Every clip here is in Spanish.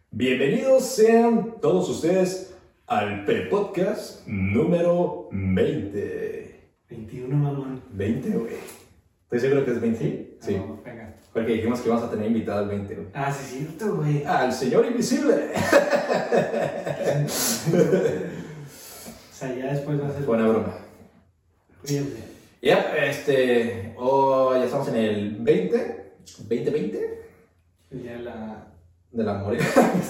Bienvenidos sean todos ustedes al Pre-Podcast número 20. 21, mamón. 20, güey. ¿Estoy seguro que es 20? Sí. No, venga. Porque dijimos que íbamos a tener invitado al 20, güey. Ah, sí, es cierto, güey. ¡Al señor invisible! O sea, ya después va a ser... Fue una broma. Bien. Ya, ya estamos en el 2020 Ya la... de la memoria.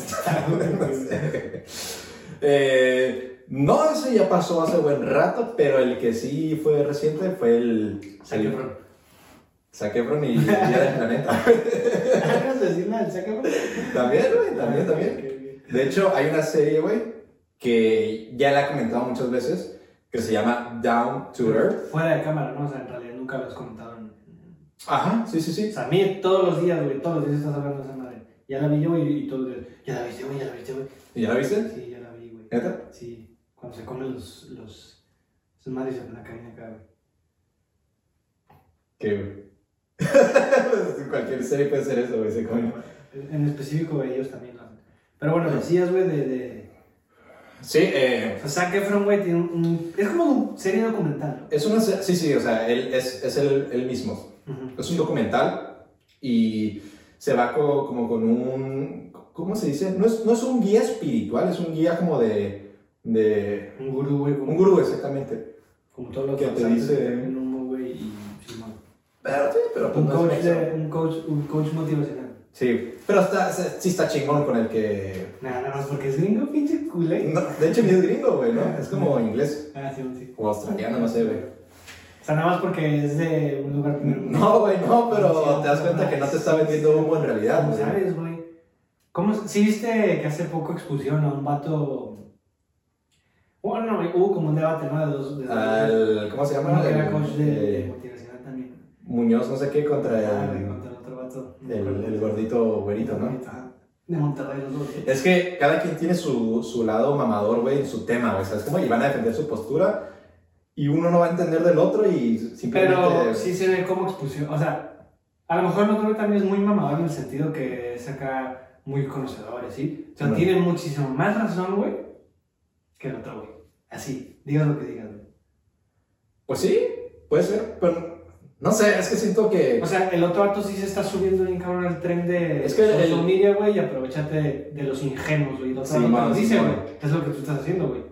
No, ese ya pasó hace buen rato, pero el que sí fue reciente fue el Zac Efron y Día del Planeta. ¿Acabas de decir nada del Zac Efron? También, güey, también. De hecho, hay una serie, güey, que ya la he comentado muchas veces, que se llama Down to Earth. Fuera de cámara, ¿no? O sea, en realidad nunca lo has comentado en... Ajá, sí. O sea, a mí todos los días, güey, todos los días estás hablando de esa madre. Ya la vi yo y todos los días, ya la viste, güey. ¿Y ya la viste? Sí, ya la vi, güey. ¿Neta? Sí, cuando se comen los... Esas madres en la cabina acá, güey. ¿Qué, güey? En cualquier serie puede ser eso, güey, se come. En específico, ellos también lo hacen. Pero bueno, decías, güey, Sí, O sea, Zac Efron, güey, tiene es como una serie documental, ¿no? es una sí, o sea, él es él mismo. Uh-huh. Es un documental y se va como con un... ¿Cómo se dice? No es un guía espiritual, es un guía como de Un gurú, güey. un gurú, exactamente. Como todos los que te danzantes dice... que ven humo, güey, y Simón. Pero sí, pero pues Un coach motivacional. Sí, pero sí está chingón con el que... Nada más porque es gringo, pinche culé. No, de hecho ni es gringo, güey, ¿no? Es como inglés. Ah, sí. O australiano, no sé, güey. O sea, nada más porque es de un lugar... No, güey, no, pero Sí, te das cuenta que no te está vendiendo humo en realidad, ¿Cómo güey. sabes, güey? ¿Sí viste que hace poco expusieron a un vato... Bueno, no, hubo como un debate, ¿no? De dos... ¿Cómo se llama? Uno que era coach de motivacional también. Muñoz, no sé qué, contra Contra el otro vato. el gordito güerito, ¿no? De Monterrey, los dos. Es que cada quien tiene su lado mamador, güey, en su tema, güey, ¿sabes cómo? Y van a defender su postura y uno no va a entender del otro y simplemente... Pero sí se ve como expulsión, o sea, a lo mejor el otro también es muy mamador en el sentido que es acá muy conocedor, ¿sí? O sea, Bueno. tiene muchísimo más razón, güey, que el otro, güey. Así, digas lo que digas, güey. Pues sí, puede ser, pero no sé, es que siento que... O sea, el otro vato sí se está subiendo bien cabrón al tren de Es que social media, güey, y aprovechate de los ingenuos, güey. El otro Sí, vato mano, lo sí, dice, mano. güey. Es lo que tú estás haciendo, güey.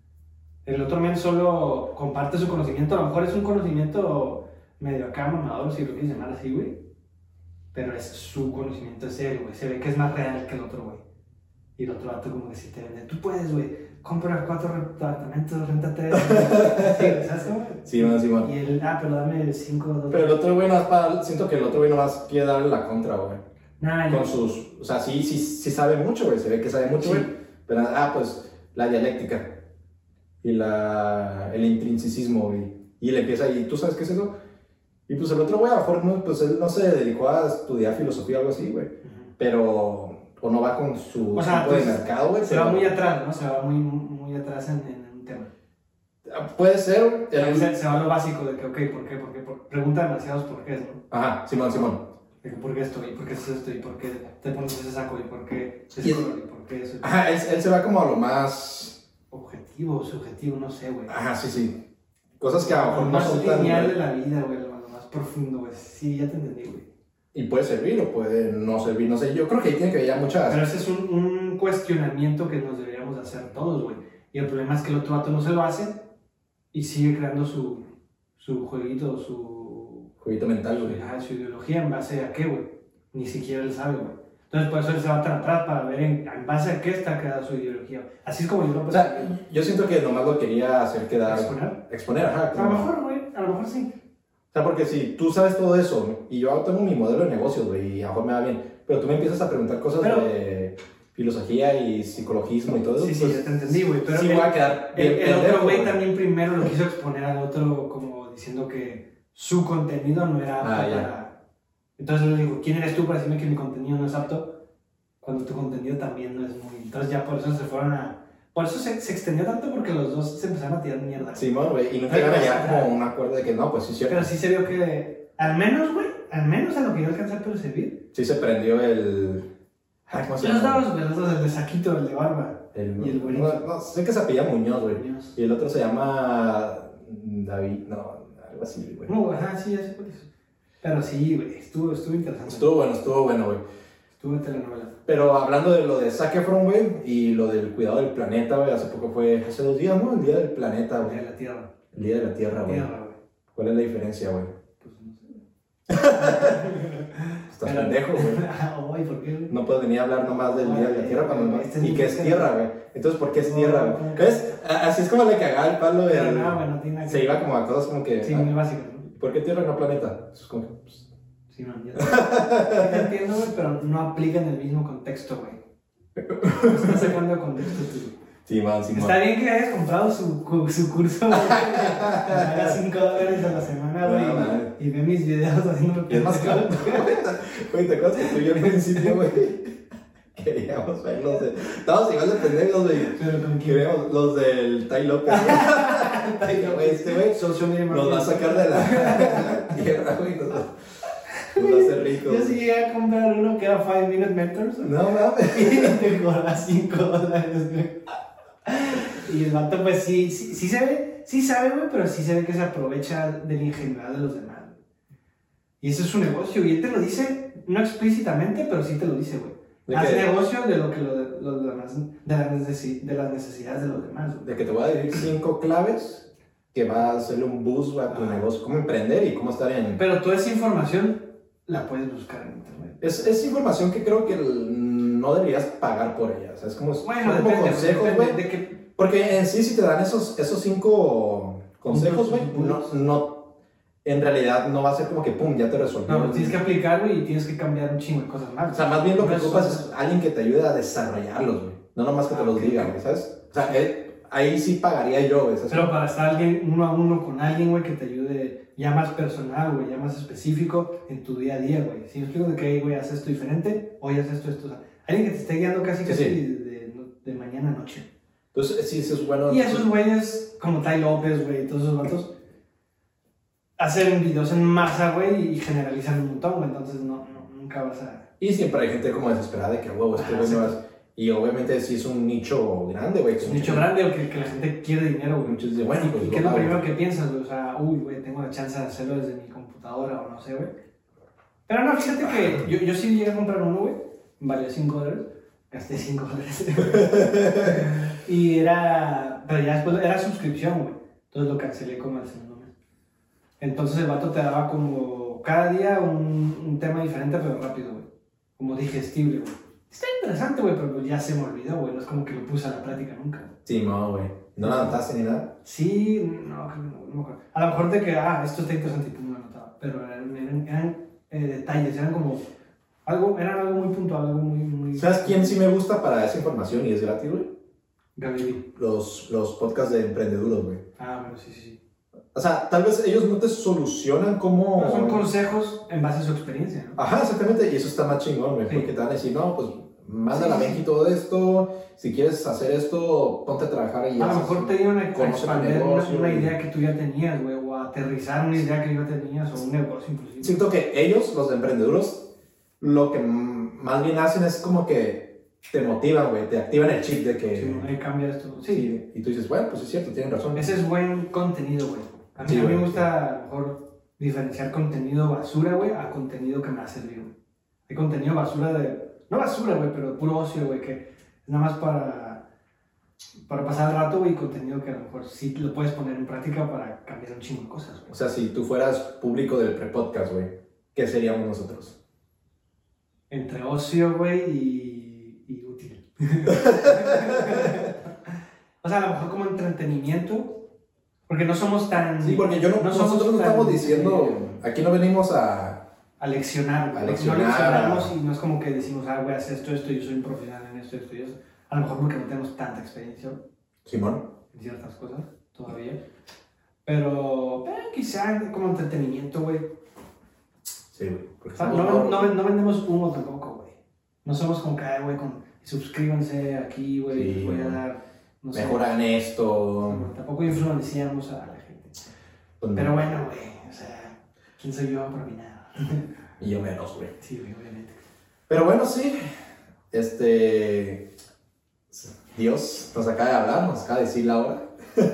El otro men solo comparte su conocimiento, a lo mejor es un conocimiento medio acá mamador, si lo quieres llamar así, güey. Pero es su conocimiento, es él, güey. Se ve que es más real que el otro, güey. Y el otro vato como que si te vende, tú puedes, güey, compra 4 departamentos, réntate. ¿Sabes cómo? Sí, man. Y él, pero dame 5 $2. Pero el otro güey siento que el otro güey nomás quiere darle la contra, güey. Nah, Con sus... O sea, sí sabe mucho, güey, se ve que sabe mucho, güey. Sí. Pero, pues, la dialéctica y el intrínsecismo, güey. Y él empieza, ¿y tú sabes qué es eso? Y pues el otro güey, a lo mejor, no, pues él no se dedicó a estudiar filosofía o algo así, güey. Pero... O no va con su O sea, tipo de pues, mercado, güey. Se va muy atrás, ¿no? Se va muy atrás en un tema. Puede ser. Se va a lo básico de que, ok, ¿por qué? Pregunta demasiados por qué, ¿no? Ajá, Simón. De que, ¿por qué esto? ¿Y por qué es esto? ¿Y por qué te pones ese saco? ¿Y por qué ese color? ¿Y por qué eso? Ajá, él se va como a lo más... Objetivo, subjetivo, no sé, güey. Ajá, sí. Cosas que a lo mejor Lo no más son tan... lineal de la vida, güey, lo más profundo, güey. Sí, ya te entendí, güey. Y puede servir o puede no servir, no sé. Yo creo que ahí tiene que haber ya muchas... Pero ese es un cuestionamiento que nos deberíamos hacer todos, güey. Y el problema es que el otro vato no se lo hace y sigue creando su jueguito, su Jueguito mental, güey. su ideología en base a qué, güey. Ni siquiera él sabe, güey. Entonces por eso él se va tan atrás para ver en base a qué está creada su ideología. Así es como yo lo O sea, yo siento que nomás lo quería hacer quedar... ¿Exponer? Ajá. A lo mejor, güey, a lo mejor sí. O sea, porque si tú sabes todo eso y yo tengo mi modelo de negocios, güey, y a lo mejor me va bien, pero tú me empiezas a preguntar cosas de filosofía y psicologismo y todo eso, Sí, pues, ya te entendí, güey. Pero sí voy a quedar bien el pendejo, otro güey también primero lo quiso exponer al otro como diciendo que su contenido no era apto para... Entonces le digo, ¿quién eres tú para decirme que mi contenido no es apto? Cuando tu contenido también no es muy... Entonces ya por eso se fueron a... Por eso se extendió tanto porque los dos se empezaron a tirar mierda. Simón, güey, y nunca iban a llegar como un acuerdo de que no, pues sí, cierto. Pero sí se vio que, al menos, güey, al menos a lo que yo alcancé a percibir. Sí se prendió el... ¿Cómo se Los llama? dos, el de Saquito, el de barba. Y el buenito. No, sé que se apellida Muñoz, güey. Muñoz. Y el otro se llama David, no, algo así, güey. No, ajá, sí, ya sé cuál es. Pero sí, güey, estuvo interesante. Estuvo bueno, güey. Estuvo en telenovela. Pero hablando de lo de Zac Efron, güey, y lo del cuidado del planeta, güey, hace 2 días, ¿no? El Día del Planeta, El güey. de la Tierra. El Día de la Tierra, güey. ¿Cuál es la diferencia, güey? Pues no sé. Estás pendejo, güey. Ay, ¿por qué? No puedes venir a hablar nomás del Día de la Tierra cuando no. Este ¿Y qué es es tierra, güey? Entonces, ¿por qué es tierra, güey? ¿Cómo? ¿Ves? Así es como le cagaba el palo. Pero no, güey, no tiene nada que Se iba como a cosas como que. Sí, muy básico, ¿no? ¿Por qué tierra y no planeta? Eso es como que. Pues, Sí, man, ya te entiendo, güey, pero no aplica en el mismo contexto, güey. Estás sacando de contexto tú. sí, man. Está bien que hayas comprado su curso, güey. Haga $5 a la semana, güey. No, y ve mis videos haciendo Y es más caro. Güey, ¿te acuerdas que tú y yo al principio, güey? Queríamos ver los de. Estábamos igual de pendejos, güey. Pero con quién. Queríamos los del Tai López. Güey, este güey Social media nos va a marketing. sacar de la tierra, güey. Nos va a hacer ricos. Yo sí llegué a comprar uno que era 5 Minute Mentors. No mames. Y te cobra $5, güey. Y el vato, pues sí se ve, sí sabe, güey, pero sí se ve que se aprovecha de la ingenuidad de los demás. Y eso es su negocio. Y él te lo dice, no explícitamente, pero sí te lo dice, güey. ¿De Hace qué? negocio de lo que los demás, de las necesidades de los demás, güey. De que te voy a decir 5 claves que va a hacerle un boost a tu negocio. Cómo emprender y cómo estar en. Pero toda esa información la puedes buscar en internet. Es información que creo que no deberías pagar por ella. O sea, es como, Bueno, son como depende, consejos, depende güey. de que... Porque en sí, si te dan esos 5 consejos, güey, no, en realidad no va a ser como que pum, ya te resolvió. No, tienes que aplicar, güey, y tienes que cambiar un chingo de cosas más. O sea, más bien lo que No ocupas es alguien que te ayude a desarrollarlos, güey. No nomás que te los ok. diga, güey, ¿sabes? O sea, ahí sí pagaría yo, güey. ¿sabes? Pero para estar alguien uno a uno con alguien, güey, que te ayude ya más personal, güey, ya más específico en tu día a día, güey. Si yo explico de que, güey, haz esto diferente, hoy haz esto. O sea, alguien que te esté guiando casi Sí. de mañana a noche. Entonces, sí, eso es bueno. Y esos güeyes, como Tai López, güey, todos esos vatos, hacen videos en masa, güey, y generalizan un montón, güey. Entonces nunca vas a... Y siempre hay gente como desesperada de que, huevo, este güey sí. no vas. Y obviamente sí es un nicho grande, güey. Es un nicho grande o que la gente quiere dinero, güey. Muchos dicen, bueno, pues ¿Y lo qué es lo hago. primero que piensas, güey? O sea, uy, güey, tengo la chance de hacerlo desde mi computadora o no sé, güey. Pero no, fíjate que yo sí llegué a comprar uno, güey. Valió $5. Gasté $5. Y pero ya después era suscripción, güey. Entonces lo cancelé como al segundo mes. Entonces el vato te daba como cada día un tema diferente, pero rápido, güey. Como digestible, güey. Está interesante, güey, pero pues ya se me olvidó, güey. No es como que lo puse a la práctica nunca, güey. Sí, no, güey. ¿No la anotaste ni nada? Sí, no, creo que no me acuerdo. A lo mejor de que, esto está interesante y tú no lo anotaba. Pero eran detalles, eran algo muy puntual, algo muy... ¿Sabes quién sí me gusta para esa información y es gratis, güey? Gaby. Los podcasts de emprendeduros, güey. Bueno, sí. O sea, tal vez ellos no te solucionan cómo... Pero son consejos en base a su experiencia, ¿no? Ajá, exactamente, y eso está más chingón, güey, Sí. porque te van a decir, no, pues, manda la Benji todo esto, si quieres hacer esto, ponte a trabajar y A lo haces- mejor te dieron a conoce tu expandir negocio, una güey. idea que tú ya tenías, güey, o a aterrizar una idea que ya tenías, o un negocio inclusive. Siento que ellos, los de emprendeduros, lo que más bien hacen es como que te motivan, güey, te activan el chip de que... Sí, ahí cambia esto. Sí, Sí, y tú dices, bueno, pues es cierto, tienen razón. ese es buen contenido, güey. A mí, Sí, a mí güey. me gusta a lo mejor diferenciar contenido basura, güey, a contenido que me va a servir, güey. Hay contenido basura no basura, güey, pero puro ocio, güey, que es nada más para pasar el rato, güey, y contenido que a lo mejor sí lo puedes poner en práctica para cambiar un chingo de cosas, güey. O sea, si tú fueras público del pre-podcast, güey, ¿qué seríamos nosotros? Entre ocio, güey, y útil. O sea, a lo mejor como entretenimiento, porque no somos tan... Sí, porque nosotros no tan, estamos diciendo, aquí no venimos a leccionar, güey. A No leccionar, leccionamos y no es como que decimos, güey, haz esto, yo soy un profesional en esto y eso. A lo mejor porque no tenemos tanta experiencia Simón. en ciertas cosas todavía. Pero quizá como entretenimiento, güey. Sí, güey. Porque O sea, estamos no vendemos humo tampoco, güey. No somos como que, güey, suscríbanse aquí, güey, Sí, les voy a güey. dar, no sé. mejor hagan esto. Tampoco influenciamos a la gente. Pues no. Pero bueno, güey, o sea, ¿quién soy yo para opinar? Y yo menos, güey. Sí, güey, obviamente. Pero bueno, sí. Dios nos acaba de hablar, nos acaba de decir la hora.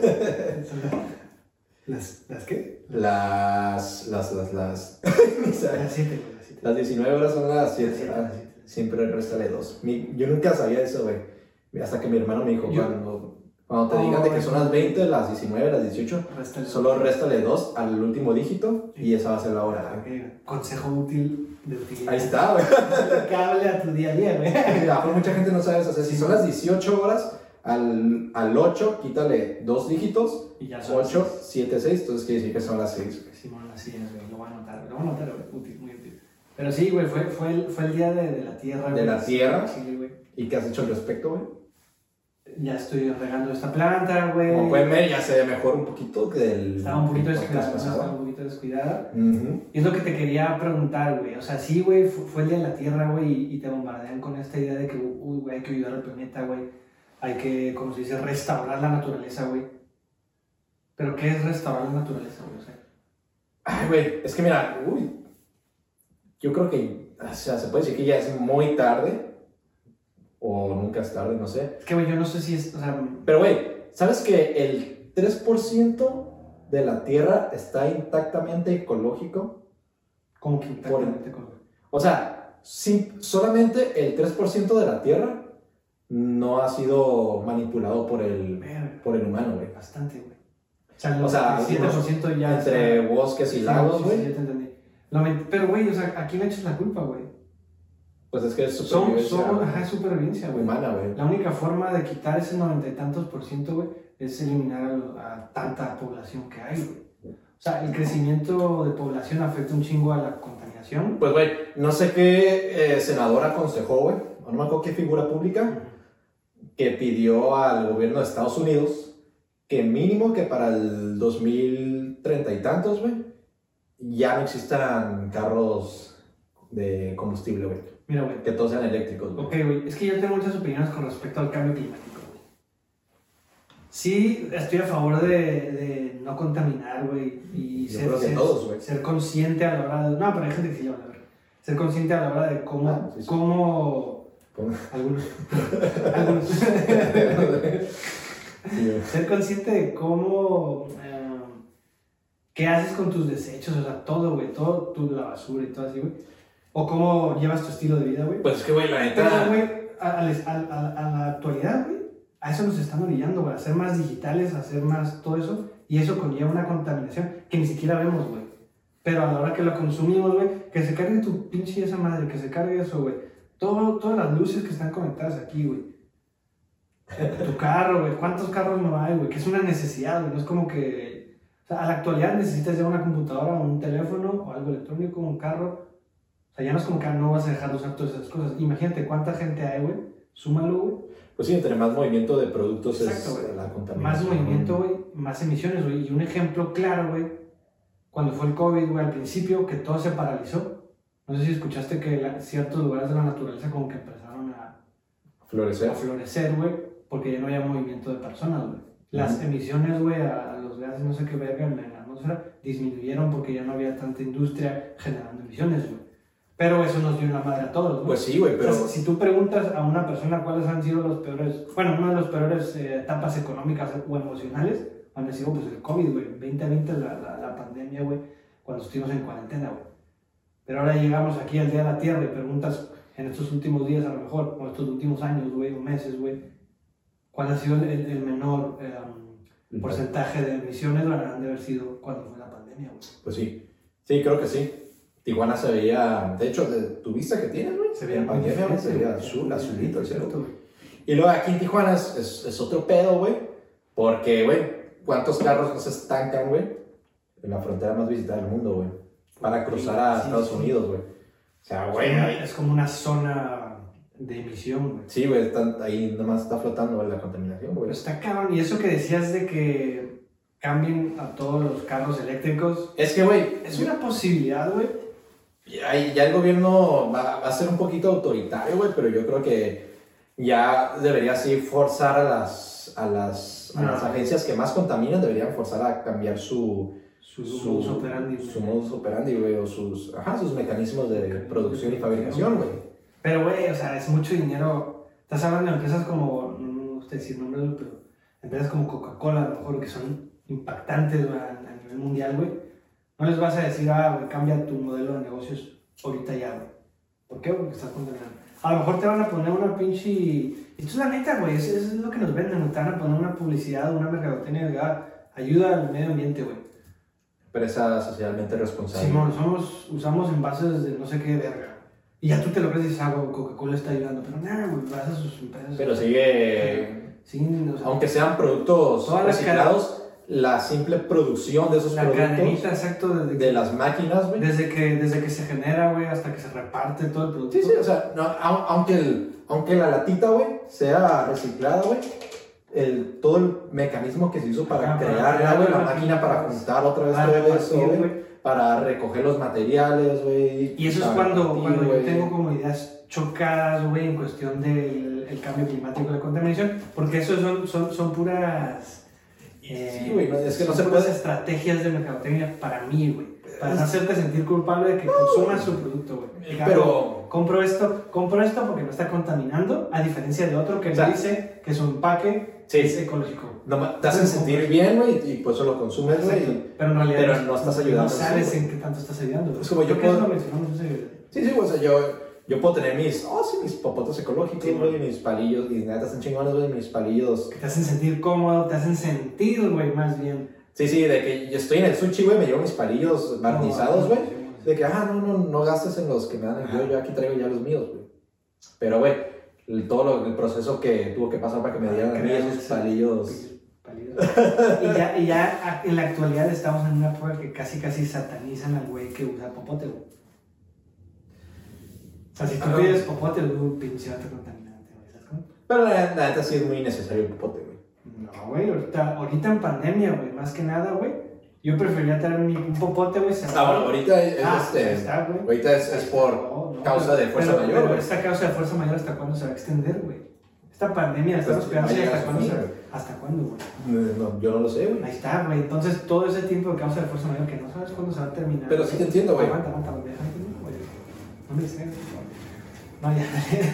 ¿Las qué? Las Las 7, Las 19 horas son las 7. Las ¿verdad? 7. Siempre réstale 2. Yo nunca sabía eso, güey. Hasta que mi hermano me dijo, cuando te digan de que son las 20, las 19, las 18, solo réstale 2 al último dígito y esa va a ser la hora. Okay. Consejo útil de utilidad. Ahí está, güey. Aplicable a tu día a día, güey. Mucha gente no sabe eso. O sea, si son las 18 horas, al 8 quítale 2 dígitos. Y ya son 8, 7, 6. Entonces quiere decir que son las 6. Simón, así es, güey. Lo voy a anotar, güey. Útil, muy útil. Pero sí, güey, fue el día de la Tierra, güey. De la Tierra. Sí, güey. ¿Y qué has hecho al respecto, güey? Ya estoy regando esta planta, güey. Como pueden ver, ya se ve mejor un poquito que del. Estaba un poquito descuidada. Uh-huh. Y es lo que te quería preguntar, güey. O sea, sí, güey, fue el día de la Tierra, güey, y te bombardean con esta idea de que, güey, hay que ayudar al planeta, güey. Hay que, como se dice, restaurar la naturaleza, güey. ¿Pero qué es restaurar la naturaleza, güey? O sea, ay, güey, es que mira, yo creo que, o sea, se puede decir que ya es muy tarde. O nunca es tarde, no sé. Es que, güey, yo no sé si es, o sea... Pero, güey, ¿sabes que el 3% de la Tierra está intactamente ecológico? ¿Cómo que intactamente ecológico? O sea, solamente el 3% de la Tierra no ha sido manipulado por el humano, güey. Bastante, güey. O sea, el 7% ya... Entre bosques y lagos, güey. Sí, ya te entendí. Pero, güey, o sea, ¿a quién le echas la culpa, güey? Pues es que es supervivencia. Es supervivencia, güey. Humana, güey. La única forma de quitar ese 90 y tantos %, güey, es eliminar a tanta población que hay, güey. O sea, el crecimiento de población afecta un chingo a la contaminación. Pues, güey, no sé qué senador aconsejó, güey, no me acuerdo qué figura pública, que pidió al gobierno de Estados Unidos que mínimo que para el 2030 y tantos, güey, ya no existan carros de combustible, güey. Mira, güey. Que todos sean eléctricos, güey. Ok, güey. Es que yo tengo muchas opiniones con respecto al cambio climático, güey. Sí, estoy a favor de no contaminar, güey. Y ser consciente a la hora de... No, pero hay gente que sí lo va a ver. Ser consciente a la hora de cómo... Sí. Algunos. Ser consciente de cómo... ¿qué haces con tus desechos? O sea, todo, güey. Todo, la basura y todo así, güey. O cómo llevas tu estilo de vida, güey. Pues es que, güey, la neta... Pero, güey, a la actualidad, güey, a eso nos están orillando, güey. A ser más digitales, a hacer más todo eso. Y eso conlleva una contaminación que ni siquiera vemos, güey. Pero a la hora que lo consumimos, güey, que se cargue tu pinche esa madre, que se cargue eso, güey. Todas las luces que están conectadas aquí, güey. Tu carro, güey. ¿Cuántos carros no hay, güey? Que es una necesidad, güey. No es como que... O sea, a la actualidad necesitas ya una computadora, un teléfono, o algo electrónico, un carro. O sea, ya no es como que no vas a dejar de usar todas esas cosas. Imagínate cuánta gente hay, güey. Súmalo, güey. Pues sí, entre más movimiento de productos. Exacto, es la contaminación. Más movimiento, güey, más emisiones, güey. Y un ejemplo claro, güey, cuando fue el COVID, güey, al principio, que todo se paralizó. No sé si escuchaste que ciertos lugares de la naturaleza como que empezaron a florecer, güey, porque ya no había movimiento de personas, güey. Las emisiones, güey, a los gases, no sé qué verga, en la atmósfera, disminuyeron porque ya no había tanta industria generando emisiones, güey. Pero eso nos dio una madre a todos, ¿no? Pues sí, güey, pero... O sea, si tú preguntas a una persona cuáles han sido los peores... Bueno, una de las peores etapas económicas o emocionales, van a decir, pues el COVID, güey. 2020, la pandemia, güey, cuando estuvimos en cuarentena, güey. Pero ahora llegamos aquí al Día de la Tierra y preguntas en estos últimos días, a lo mejor, o estos últimos años, güey, o meses, güey, ¿cuál ha sido el menor porcentaje de emisiones? Han de haber sido cuando fue la pandemia, güey. Pues sí. Sí, creo que sí. Tijuana se veía, de hecho, de tu vista que tienes, güey, se veía azulito el cielo. Y luego aquí en Tijuana es otro pedo, güey, porque, güey, ¿cuántos carros no se estancan, güey, en la frontera más visitada del mundo, güey, para cruzar a Estados Unidos, güey? O sea, güey, es como una zona de emisión, güey. Sí, güey, ahí nomás está flotando, güey, la contaminación, güey. Pero está cabrón, y eso que decías de que cambien a todos los carros eléctricos, es que, güey, es una posibilidad, güey. Ya el gobierno va a ser un poquito autoritario, güey, pero yo creo que ya debería así forzar a las agencias que más contaminan, deberían forzar a cambiar su modus operandi, güey, o sus mecanismos de producción y fabricación, güey. Pero, güey, o sea, es mucho dinero. Estás hablando de empresas como, no me gusta decir nombres, pero empresas como Coca-Cola, a lo mejor, que son impactantes, güey, a nivel mundial, güey. No les vas a decir, güey, cambia tu modelo de negocios ahorita ya, güey. ¿Por qué? Porque estás contaminando. A lo mejor te van a poner una pinche... Esto es la neta, güey, eso es lo que nos venden. Te van a poner una publicidad, una mercadotecnia de ayuda al medio ambiente, güey. Empresa socialmente responsable. Simón, usamos envases de no sé qué verga. Y ya tú te lo crees y dices, güey, Coca-Cola está ayudando. Pero nada, güey, vas a sus empresas. Pero sigue... Sí, o sea, aunque sean productos todas las reciclados, la simple producción de esos la productos... cadenita, exacto. De las máquinas, güey. Desde que se genera, güey, hasta que se reparte todo el producto. Sí, sí, o sea, no, aunque la latita, güey, sea reciclada, güey, todo el mecanismo que se hizo para crearla, güey, la máquina para juntar otra vez todo eso, güey, para recoger los materiales, güey. Y eso es cuando yo tengo como ideas chocadas, güey, en cuestión del cambio climático, de contaminación, porque eso son puras... sí, güey, es que no se puede... estrategias de mercadotecnia para mí, güey. Para no hacerte sentir culpable de que consumas su producto, güey. Pero... compro esto porque no está contaminando, a diferencia de otro que dice que su empaque es ecológico. No, te hacen sentir bien, güey, y pues eso lo consumes, güey. Pero en realidad no estás ayudando. No sabes en qué tanto estás ayudando. Es como yo puedo... Sí, o sea, yo puedo tener mis popotes ecológicos, güey, mis palillos, y neta están chingones, güey, mis palillos. Que te hacen sentir cómodo, te hacen sentir, güey, más bien. Sí, de que yo estoy en el sushi, güey, me llevo mis palillos barnizados, güey. De que, no gastes en los que me dan. Yo aquí traigo ya los míos, güey. Pero, güey, todo el proceso que tuvo que pasar para que me dieran a mí esos palillos. y ya en la actualidad estamos en una época que casi satanizan al güey que usa popote, güey. O sea, si tú pides popote, es un pinche vato contaminante, güey, ¿sabes cómo? Pero la neta sí es muy necesario el popote, güey. No, güey, ahorita en pandemia, güey, más que nada, güey, yo preferiría tener un popote, güey, cerrado. Bueno, ahorita es ahorita es por causa de fuerza mayor, pero güey. esta causa de fuerza mayor, ¿hasta cuándo se va a extender, güey? Esta pandemia, estamos esperando ¿hasta cuándo, güey? No, yo no lo sé, güey. Ahí está, güey, entonces todo ese tiempo de causa de fuerza mayor que no sabes cuándo se va a terminar. Pero sí te entiendo, güey. Aguanta, güey, no me sé, no, ya.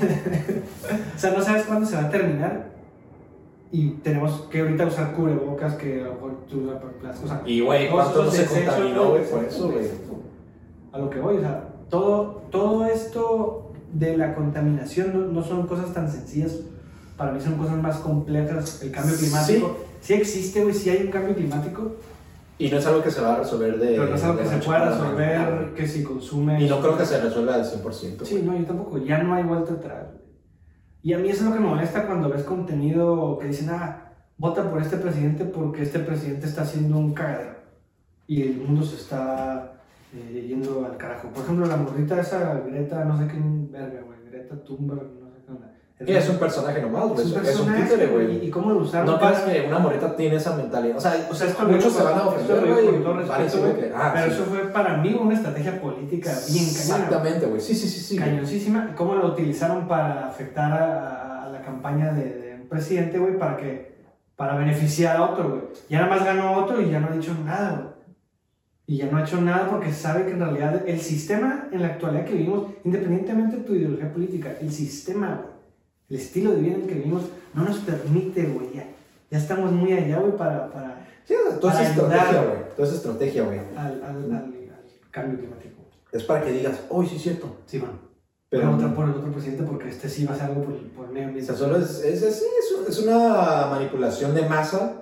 O sea, no sabes cuándo se va a terminar. Y tenemos que ahorita usar cubrebocas que a lo mejor tú usas las cosas. Y, güey, ¿cuánto no se contaminó, güey, por eso, güey? A lo que voy, o sea, todo esto de la contaminación no son cosas tan sencillas. Para mí son cosas más complejas. El cambio climático. Sí existe, güey, sí hay un cambio climático. Y no es algo que se va a resolver de... Pero no es algo que se pueda resolver, que si consume... Y no creo que se resuelva al 100%. Sí, no, yo tampoco. Ya no hay vuelta atrás. Y a mí eso es lo que me molesta cuando ves contenido que dicen, vota por este presidente porque este presidente está haciendo un cagadero. Y el mundo se está yendo al carajo. Por ejemplo, la morrita esa, Greta, no sé qué verga, güey. Greta Thunberg, no sé qué onda. Es un personaje nomás, güey. Es un títere, güey. ¿Y cómo lo usaron? No creas que una morrita tiene esa mentalidad. O sea muchos se van a ofender, güey. Pero eso fue para mí una estrategia política bien cañona. Exactamente, güey. Sí. Cañoncísima. ¿Cómo lo utilizaron para afectar a la campaña de un presidente, güey? Para beneficiar a otro, güey. Ya nada más ganó otro y ya no ha dicho nada, güey. Y ya no ha hecho nada porque sabe que en realidad el sistema en la actualidad que vivimos, independientemente de tu ideología política, el sistema, güey, el estilo de vida en el que vivimos no nos permite, güey, ya estamos muy allá, güey, para sí, toda esa estrategia, güey. Al cambio climático. Es para que digas, sí es cierto. Sí, man. Pero por el otro presidente porque sí va a hacer algo por el medio ambiente. O sea, solo es una manipulación de masa.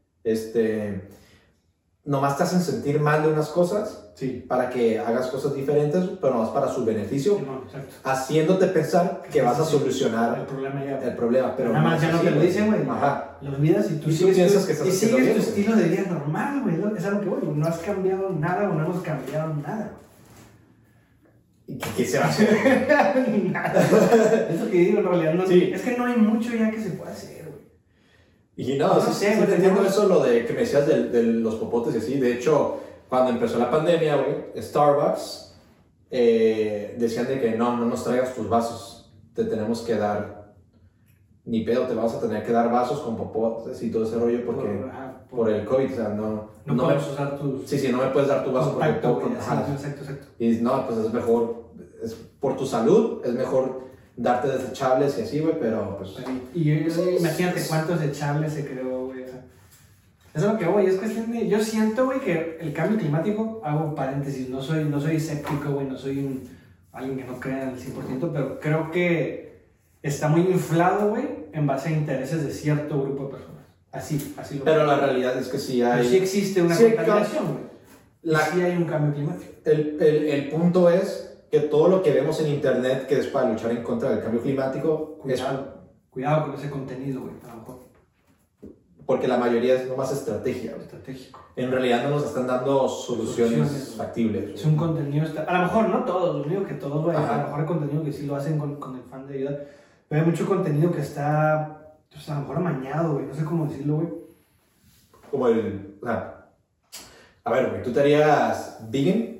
Nomás te hacen sentir mal de unas cosas, para que hagas cosas diferentes, pero nomás para su beneficio, haciéndote pensar que vas a solucionar el problema, pero nada más ya no te lo dicen, güey. Ajá. Lo olvidas y tú piensas que estás haciendo bien, tu estilo de vida normal, güey. Es algo que, güey, no has cambiado nada o no hemos cambiado nada. ¿Y qué se va a hacer? Nada. Es lo que digo, en realidad no. Es que no hay mucho ya que se pueda hacer. Y no sé, te entiendo eso, lo de que me decías de los popotes y así. De hecho, cuando empezó la pandemia, güey, Starbucks decían de que no nos traigas tus vasos. Te tenemos que dar, ni pedo, te vas a tener que dar vasos con popotes y todo ese rollo porque por el COVID, o sea, no puedes usar tus... Sí, no me puedes dar tu vaso porque... Exacto. Y no, pues es mejor, por tu salud, es mejor darte desechables y así, güey, pero pues... Imagínate cuántos desechables se creó, güey. O sea, eso es lo que voy, es cuestión de... Yo siento, güey, que el cambio climático, hago paréntesis, no soy escéptico, güey, no soy alguien que no crea al 100%, pero creo que está muy inflado, güey, en base a intereses de cierto grupo de personas. Así lo Pero creo. la realidad es que sí hay... Pero sí existe una contaminación, güey. Sí hay un cambio climático. El punto es que todo lo que vemos en internet, que es para luchar en contra del cambio climático, Cuidado con ese contenido, güey, a lo mejor. Porque la mayoría es nomás estrategia, güey. Estratégico. En realidad no nos están dando soluciones factibles. Es un contenido... A lo mejor no todos, no digo que todos, güey. Ajá. A lo mejor hay contenido que sí lo hacen con el fan de ayuda. Pero hay mucho contenido que está, pues, a lo mejor amañado, güey. No sé cómo decirlo, güey. Como o sea, a ver, güey, ¿tú te harías vegan?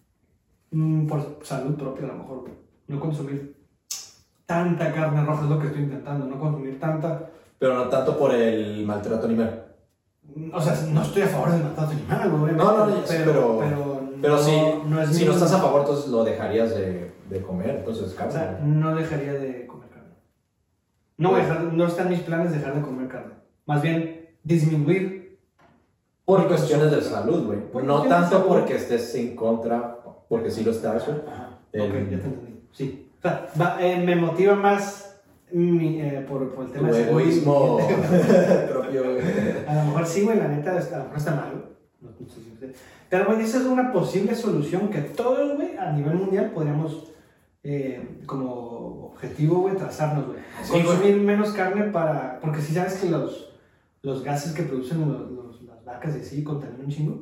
Por salud propia, a lo mejor, güey. No consumir tanta carne roja es lo que estoy intentando. No consumir tanta... Pero no tanto por el maltrato animal. O sea, no estoy a favor del maltrato animal, güey. No, pero no, si no es si no estás a favor, entonces lo dejarías de comer, entonces O carne. sea, no dejaría de comer carne. No está en mis planes dejar de comer carne. Más bien, disminuir. Por cuestiones de salud, güey. Por No cuestiones de tanto salud. porque estés en contra, porque sí lo estás, güey. Ajá. El- Ok, ya te entendí. Sí. O sea, me motiva más por el tema Tu de salud. egoísmo propio, güey. A lo mejor sí, güey, la neta, a lo mejor está mal, güey. No sé. Pero, güey, esa es una posible solución que todos, güey, a nivel mundial podríamos, como objetivo, güey, trazarnos, güey. Sí, Consumir menos carne para... Porque si sabes que los gases que producen las vacas y así contaminan un chingo.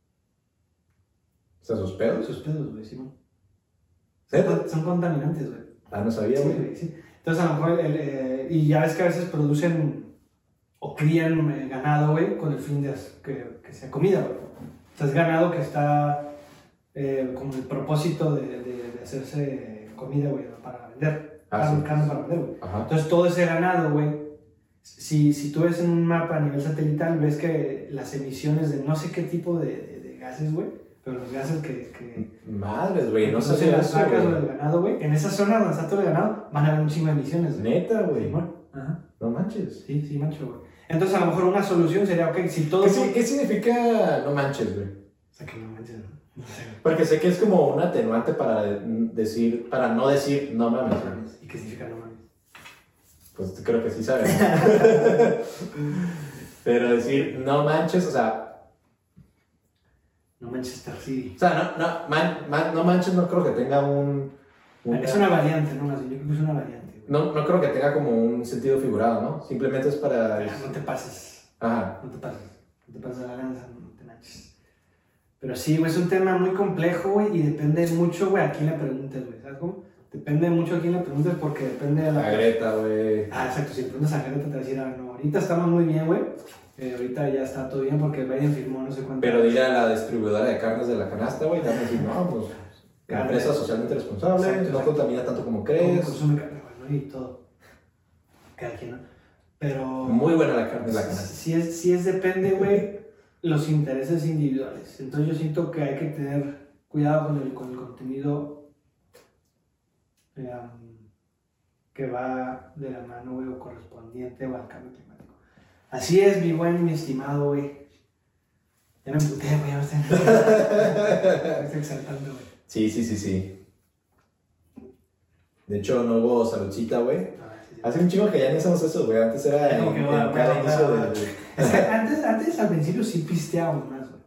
O sea, sus pedos. Sus pedos, güey, sí, ¿no? ¿Neta? Son contaminantes, güey. Ah, no sabía, Sí, güey. güey, sí. Entonces, a lo mejor, y ya ves que a veces producen o crían ganado, güey, con el fin de que sea comida, güey. O sea, es ganado que está como el propósito de hacerse comida, güey, para vender. Carne para vender, güey. Ajá. Entonces, todo ese ganado, güey, si tú ves en un mapa a nivel satelital, ves que las emisiones de no sé qué tipo de gases, güey, pero los gases que Madres, güey, no sé sabía las eso, vacas o güey. el ganado, güey, en esa zona donde está todo el ganado, van a haber un chingo de emisiones, güey. Neta, güey. Simón. Ajá. No manches. Sí, mancho, güey. Entonces, a lo mejor una solución sería, ok, si todo... ¿Qué significa no manches, güey? O sea, que no manches, no sé. Porque sé que es como un atenuante para no decir no mames, güey. ¿Y qué significa no mames? Pues creo que sí sabes. Pero decir no manches, o sea, No Manchester City. o sea, no manches, no creo que tenga Es una variante, ¿no? Yo creo que es una variante. Güey. no creo que tenga como un sentido figurado, ¿no? Simplemente es para... No te pases. Ajá. No te pases. No te pases de la lanza, no te manches. Pero sí, güey, es un tema muy complejo, güey, y depende mucho, güey, a quién le preguntes, güey, ¿sabes cómo? Depende mucho a quién le preguntes porque depende de La Greta, güey. Ah, exacto, si le preguntas a Greta te va a decir, no, ahorita estamos muy bien, güey. Ahorita ya está todo bien porque Biden firmó no sé cuánto. Pero dile a la distribuidora de carnes de la canasta, güey, también decir, no, pues, la empresa socialmente responsable, Exacto. no contamina tanto como Cómo crees. consume carne, güey, ¿no? Y todo. Cada quien, ¿no? Pero... Muy buena la carne de la canasta. Sí es depende, güey, los intereses individuales. Entonces yo siento que hay que tener cuidado con el contenido que va de la mano, güey, o correspondiente o al cambio climático. Así es, mi estimado, güey. Ya me emputé, güey, ya me estoy exaltando, güey. Sí. De hecho, no hubo saludcita, güey. Sí. Hace un chingo que ya ni hacemos eso, güey. Antes era Como que, en bueno, cada bueno, inicio bueno. de... Es que antes al principio sí pisteábamos más, güey.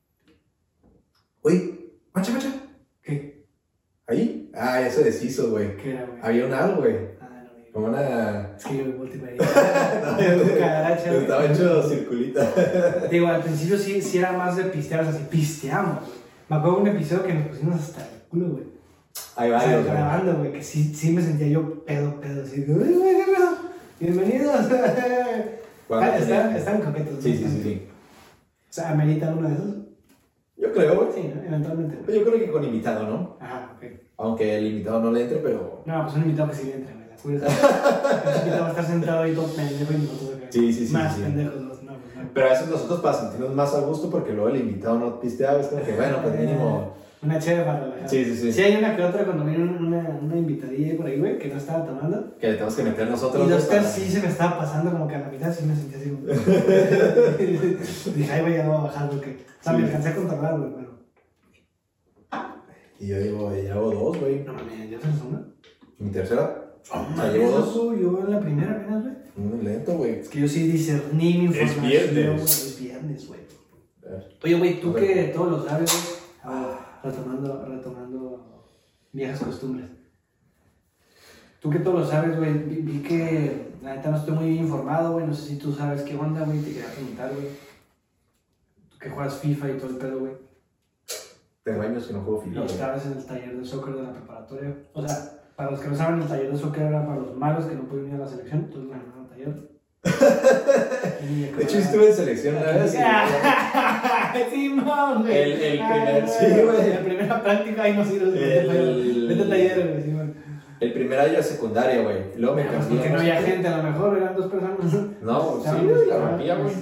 Uy, mancha. ¿Qué? ¿Ahí? Ah, ya se deshizo, güey. ¿Qué era, güey? Había un algo, güey. Ah, no, güey. Como una... Es que yo me volteé para ahí. No, estaba hecho circulita. Digo, al principio sí era más de pistear, o sea, sí pisteamos, güey. Me acuerdo de un episodio que nos pusimos hasta el culo, güey. Hay O sea, varios, güey. grabando, güey, que sí me sentía yo pedo, así. Uy, güey, qué pedo. Bienvenidos. Están coquetos. Sí. O sea, ¿ameritan uno de esos? Yo creo, güey. Sí, ¿no? Eventualmente, güey. Yo creo que con invitado, ¿no? Ajá, ok. Aunque el invitado no le entre, pero... No, pues un invitado que sí le entre, güey. La cura es el invitado va a estar sentado ahí todo pendejo y nosotros acá. Sí. Más pendejos los no, pues no. Pero a veces nosotros para sentirnos más a gusto, porque luego el invitado no pistea, es como que, bueno, pues mínimo... Una chévere para relajar. Sí. Sí, hay una que otra cuando viene una invitadilla ahí por ahí, güey, que no estaba tomando. Que le tenemos que meter nosotros. Y los tres sí se me estaba pasando, como que a la mitad sí me sentía así. Como... Dije, ay, güey, ya no voy a bajar, porque. O sea, me alcancé a controlar, güey, pero. Y yo digo, llevo 2, güey. No mames, ¿ya tienes una? ¿Mi tercera? O sea, llevo 2. Yo en la primera apenas, güey. Muy lento, güey. Es que yo sí discerní mi información. Es viernes, güey. Oye, güey, tú que todos lo sabes, güey. Retomando viejas costumbres. Tú que todo lo sabes, güey, vi que la neta no estoy muy informado, güey, no sé si tú sabes qué onda, güey, te quería preguntar, güey. Tú que juegas FIFA y todo el pedo, güey. Tengo años que no juego Y FIFA. estabas en el taller de soccer de la preparatoria. O sea, para los que no saben, el taller de soccer era para los malos que no podían ir a la selección, entonces me mandaron al taller. De hecho, estuve en selección una vez. Sí, no, güey. El primer, sí, güey. La primera práctica ahí nos sirve. Vete al taller, güey, sí, güey. El primer año de secundaria, güey. Luego me cambié. Porque no había gente, a lo mejor eran 2 personas. No, sí, la rompía, güey.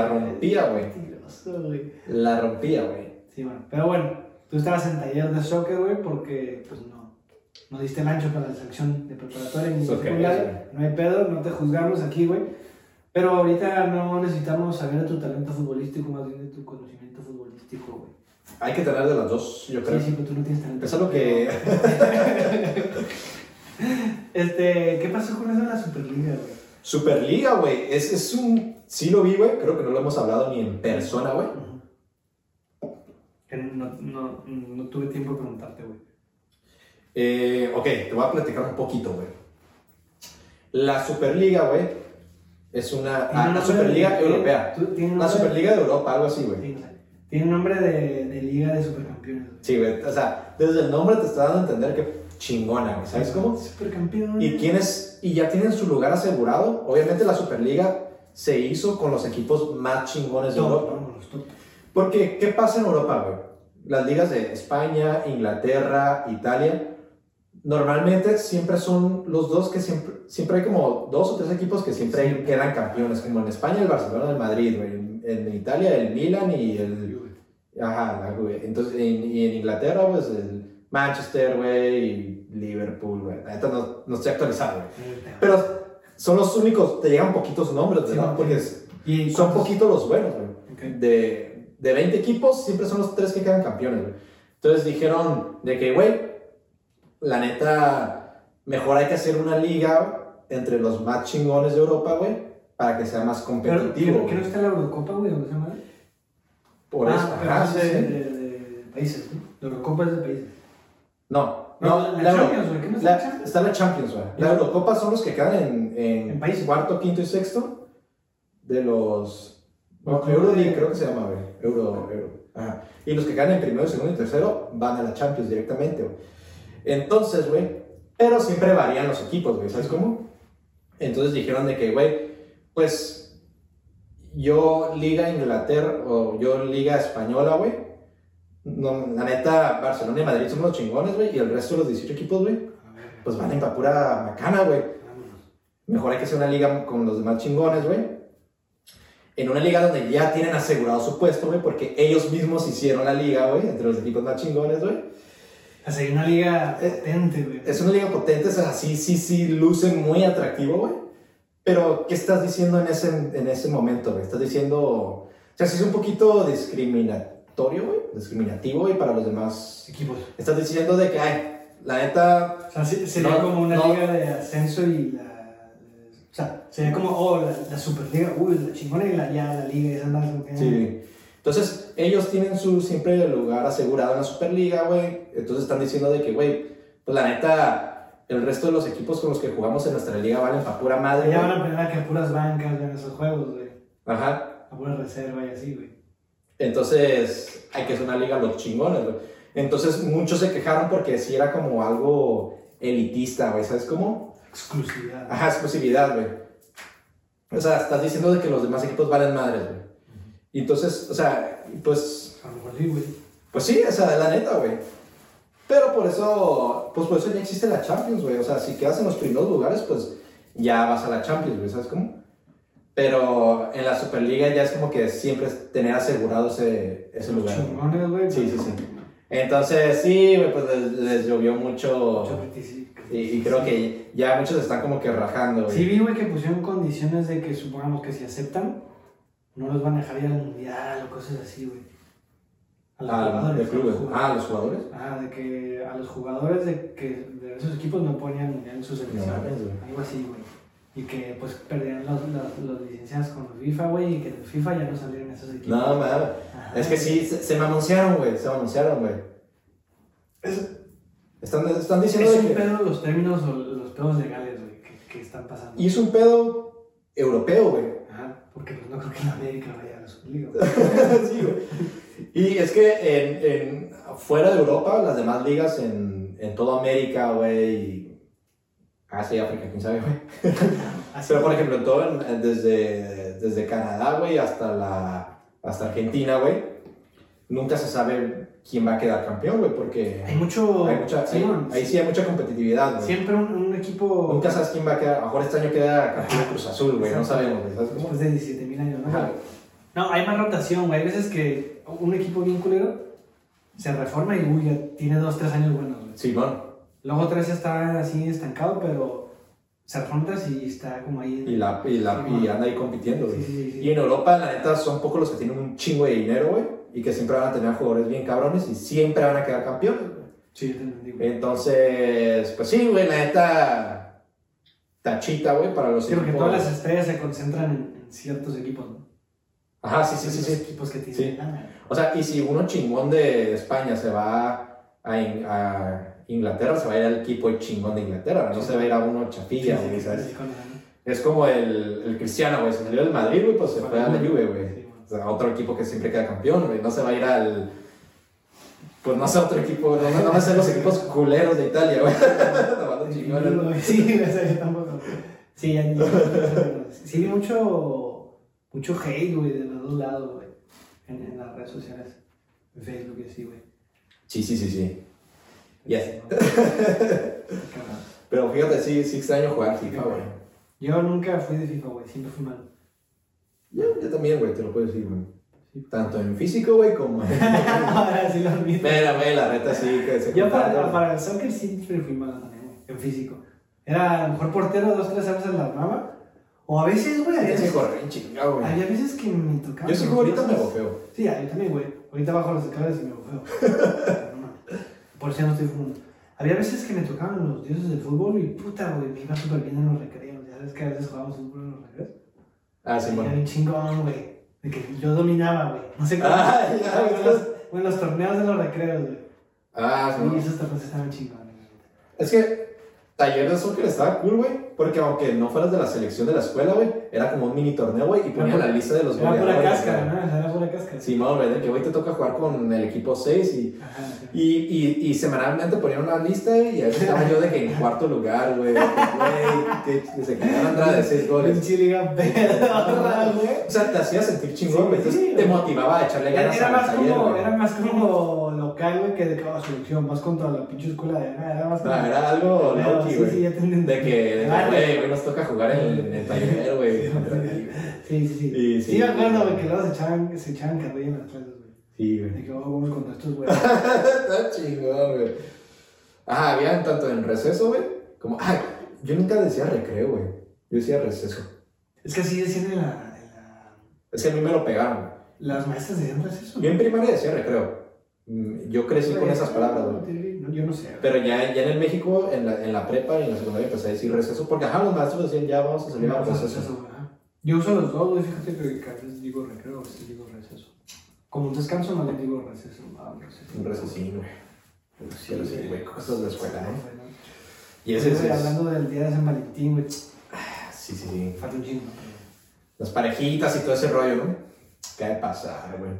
La rompía, güey. Sí, bueno. Pero bueno, tú estabas en taller de soccer, güey, porque pues no diste el ancho para la selección de preparatoria ni secundaria. No hay pedo, no te juzgamos aquí, güey. Pero ahorita no necesitamos saber de tu talento futbolístico, más bien de tu conocimiento futbolístico, güey. Hay que tener de las dos, yo creo. Sí, pero tú no tienes talento. Eso es lo que... ¿Qué pasó con eso de la Superliga, güey? Superliga, güey. Es un... Sí lo vi, güey. Creo que no lo hemos hablado ni en persona, güey. No tuve tiempo de preguntarte, güey. Ok, te voy a platicar un poquito, güey. La Superliga, güey, es una Superliga Europea. La Superliga de Europa, algo así, güey. Sí, tiene nombre de Liga de Supercampeones. Sí, güey. O sea, desde el nombre te está dando a entender que chingona, güey. ¿Sabes cómo? Supercampeones. Y ya tienen su lugar asegurado. Obviamente la Superliga se hizo con los equipos más chingones de Europa. Porque, ¿qué pasa en Europa, güey? Las ligas de España, Inglaterra, Italia, normalmente siempre son los dos que siempre hay como 2 o 3 equipos que siempre quedan campeones, como en España el Barcelona, el Madrid, güey. En Italia el Milan y el... Ajá, la Juve. Entonces, y en Inglaterra, pues el Manchester, güey, y Liverpool, güey. Ahorita no estoy actualizado, güey. Pero son los únicos, te llegan poquitos nombres, ¿verdad? Porque son poquitos los buenos, güey. Okay. De 20 equipos, siempre son los 3 que quedan campeones, güey. Entonces dijeron de que, güey, la neta, mejor hay que hacer una liga entre los más chingones de Europa, güey, para que sea más competitivo. ¿Qué no está la Eurocopa, güey? ¿Cómo se llama? Por eso. Pero es de países, ¿no? La Eurocopa es de países. No, la Champions, güey. ¿Qué no está la Champions? Está la Champions, güey. La Eurocopa son los que quedan en países. cuarto, quinto y sexto de los... Euroleague creo que se llama, güey. Euro. Ajá. Y los que quedan en primero, segundo y tercero van a la Champions directamente, güey. Entonces, güey, pero siempre varían los equipos, güey, ¿sabes cómo? Entonces dijeron de que, güey, pues yo Liga Inglaterra o yo Liga Española, güey, no, la neta, Barcelona y Madrid son los chingones, güey, y el resto de los 18 equipos, güey, pues van en pa' pura macana, güey. Mejor hay que hacer una liga con los demás chingones, güey. En una liga donde ya tienen asegurado su puesto, güey, porque ellos mismos hicieron la liga, güey, entre los equipos más chingones, güey. O sea, hay una liga potente, güey. Es una liga potente, o sea, sí, luce muy atractivo, güey. Pero, ¿qué estás diciendo en ese momento, güey? Estás diciendo... O sea, sí es un poquito discriminatorio, güey. Discriminativo, güey, para los demás equipos. Estás diciendo de que, ay, la neta... O sea, sería como una liga de ascenso y la... O sea, sería como, la Superliga, la chingona y la liga, esa más lo que... Sí. Entonces, ellos tienen siempre el lugar asegurado en la Superliga, güey. Entonces están diciendo de que, güey, pues la neta, el resto de los equipos con los que jugamos en nuestra liga valen pa' pura madre. Ya van a aprender que a puras bancas ven esos juegos, güey. Ajá. A pura reserva y así, güey. Entonces, hay que hacer una liga los chingones, güey. Entonces, muchos se quejaron porque sí era como algo elitista, güey, ¿sabes cómo? Exclusividad. Ajá, exclusividad, güey. O sea, estás diciendo de que los demás equipos valen madres, güey. Y entonces, o sea, pues... A lo mejor sí, güey. Pues sí, o sea, la neta, güey. Pero por eso ya existe la Champions, güey. O sea, si quedas en los primeros lugares, pues ya vas a la Champions, güey, ¿sabes cómo? Pero en la Superliga ya es como que siempre tener asegurado ese lugar. Chingones, güey. Sí. Entonces, sí, güey, pues les llovió mucho. Mucho criticismo. Y creo que ya muchos están como que rajando, güey. Sí, vi, güey, que pusieron condiciones de que supongamos que si aceptan, no los van a dejar ir al mundial o cosas así, güey. A los jugadores. De clubes. ¿A los jugadores? De que a los jugadores de esos equipos no ponían mundial en sus selecciones. No, algo así, güey. Y que pues perdían los licencias con FIFA, güey, y que en FIFA ya no salieron esos equipos. No, man. Es que sí, se me anunciaron, güey. Están diciendo es de un que... pedo los términos o los pedos legales, güey, que están pasando. Y es un pedo europeo, güey. Porque pues no creo que la América vaya a la Superliga. Sí, güey. Y es que fuera de Europa, las demás ligas en toda América, güey, Asia y África, quién sabe, güey. Pero por ejemplo, desde Canadá, güey, hasta Argentina, güey, nunca se sabe quién va a quedar campeón, güey, porque ahí sí hay mucha competitividad, güey. Siempre un equipo... Nunca sabes quién va a quedar. A lo mejor este año queda campeón Cruz Azul, güey, no sabemos, güey. ¿Sabes cómo? Después de 17,000 años, ¿no? No, hay más rotación, güey. Hay veces que un equipo bien culero se reforma y, uy, ya tiene 2-3 años buenos, güey. Sí, bueno. Luego 3 ya está así estancado, pero se reformas y está como ahí. Y anda ahí compitiendo, güey. Sí. Y en Europa, la neta, son pocos los que tienen un chingo de dinero, güey, y que siempre van a tener jugadores bien cabrones y siempre van a quedar campeones, güey. Sí, te entendí, güey. Entonces, pues sí, güey, la neta, tachita, güey, para los equipos. Creo que todas las estrellas se concentran en ciertos equipos, ¿no? Ajá, sí. Equipos que tienen. Sí. O sea, y si uno chingón de España se va a Inglaterra, se va a ir al equipo chingón de Inglaterra, no se va a ir a uno chafilla, güey, ¿sabes? Es como el Cristiano, güey, se salió del Madrid, güey, pues se fue a la Juve, güey. O sea, otro equipo que siempre queda campeón, güey, no se va a ir al... Pues no sé, otro equipo, no van a ser los equipos culeros de Italia, güey. Sí, tampoco. Sí, sí, mucho hate, güey, de los dos lados, güey, en las redes sociales, en Facebook y así, güey. Sí. Yes. Pero fíjate, sí extraño jugar FIFA, güey. Yo nunca fui de FIFA, güey, siempre fui malo. Yo también, güey, te lo puedo decir, güey. Sí. Tanto en físico, güey, como en... Ahora sí lo admito. Pero, güey, la neta sí que se... Yo para el soccer siempre fui malo también, güey, en físico. Era el mejor portero, 2-3 veces en la armaba. O a veces, güey, había veces que me tocaba. Yo sí que ahorita me bofeo. Sí, yo también, güey. Ahorita bajo las escaleras y me bofeo. Por eso ya no estoy fumando. Había veces que me tocaban los dioses del fútbol y puta, güey, me iba súper bien en los recreos. Ya sabes que a veces jugábamos fútbol en los recreos. Sí, bueno. Era un chingón, güey. De que yo dominaba, güey. No sé cómo. En los torneos de los recreos, güey. Sí. Y esos torneos estaban chingones. Es que taller de soccer estaba cool, güey. Porque aunque no fueras de la selección de la escuela, güey, era como un mini torneo, güey, y ponían la lista de los goleadores. Era pura cáscara, ¿no? Era pura cáscara. Sí, no, güey, de que hoy te toca jugar con el equipo 6 y semanalmente ponían una lista y a veces estaba yo de que en cuarto lugar, güey, que se quedaron atrás de 6 goles. En Chiliga, pedorra, güey. O sea, te hacía sentir chingón, güey, entonces te motivaba a echarle ganas al taller, güey. Era más como local, güey, que de cada selección, más contra la pinche escuela de nada, era más como... era algo low-key, güey. Sí, ya te entendí. De que, güey, nos toca jugar en el taller, güey. Sí. Sí, me acuerdo, güey, que luego se echaban carrilla en las clases, güey. Sí, güey. De que vamos contra estos, güey. Está chingón, güey. Habían tanto en receso, güey, como... yo nunca decía recreo, güey. Yo decía receso. Es que así decían en la... Es que a mí me lo pegaron. Las maestras decían receso. Yo en primaria decía recreo. Yo crecí con esas palabras, güey. Yo no sé. Pero ya en el México, en la prepa y en la secundaria empecé a decir receso, porque los maestros decían ya vamos a salir a receso. Yo uso los dos, güey, fíjate que a veces digo recreo, a veces digo receso. Como un descanso no le digo receso, Un recesín, güey. Sí, güey, cosas de escuela, ¿no? Y ese es... Hablando del día de San Valentín, güey. Sí. Falta un chingo. Las parejitas y todo ese rollo, ¿no? ¿Qué va a pasar, güey?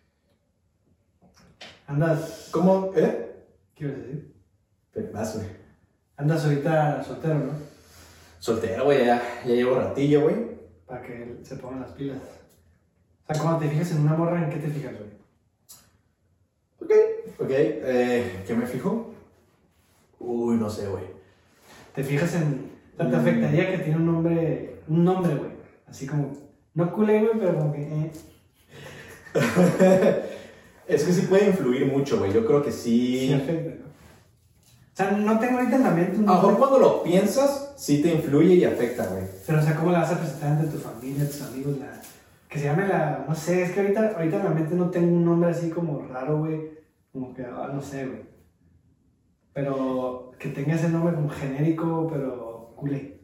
Andas... ¿Cómo? ¿Qué ibas a decir? Vas, güey. Andas ahorita soltero, ¿no? Soltero, güey, ya llevo ratillo, güey. Para que se pongan las pilas. O sea, cuando te fijas en una morra, ¿en qué te fijas, güey? Ok. ¿Qué me fijo? Uy, no sé, güey. ¿Te fijas en... O sea, te afectaría que tiene un nombre, güey? Así como... No culé, güey, pero como que... Es que sí puede influir mucho, güey. Yo creo que sí. Sí afecta, ¿no? O sea, no tengo ahorita en la mente un A lo mejor nombre, cuando lo piensas, sí te influye y afecta, güey. pero o sea, ¿cómo la vas a presentar ante tu familia, tus amigos? Que se llame la... No sé, es que ahorita en la mente no tengo un nombre así como raro, güey. Como que, no sé, güey. Pero que tenga ese nombre como genérico, pero culé.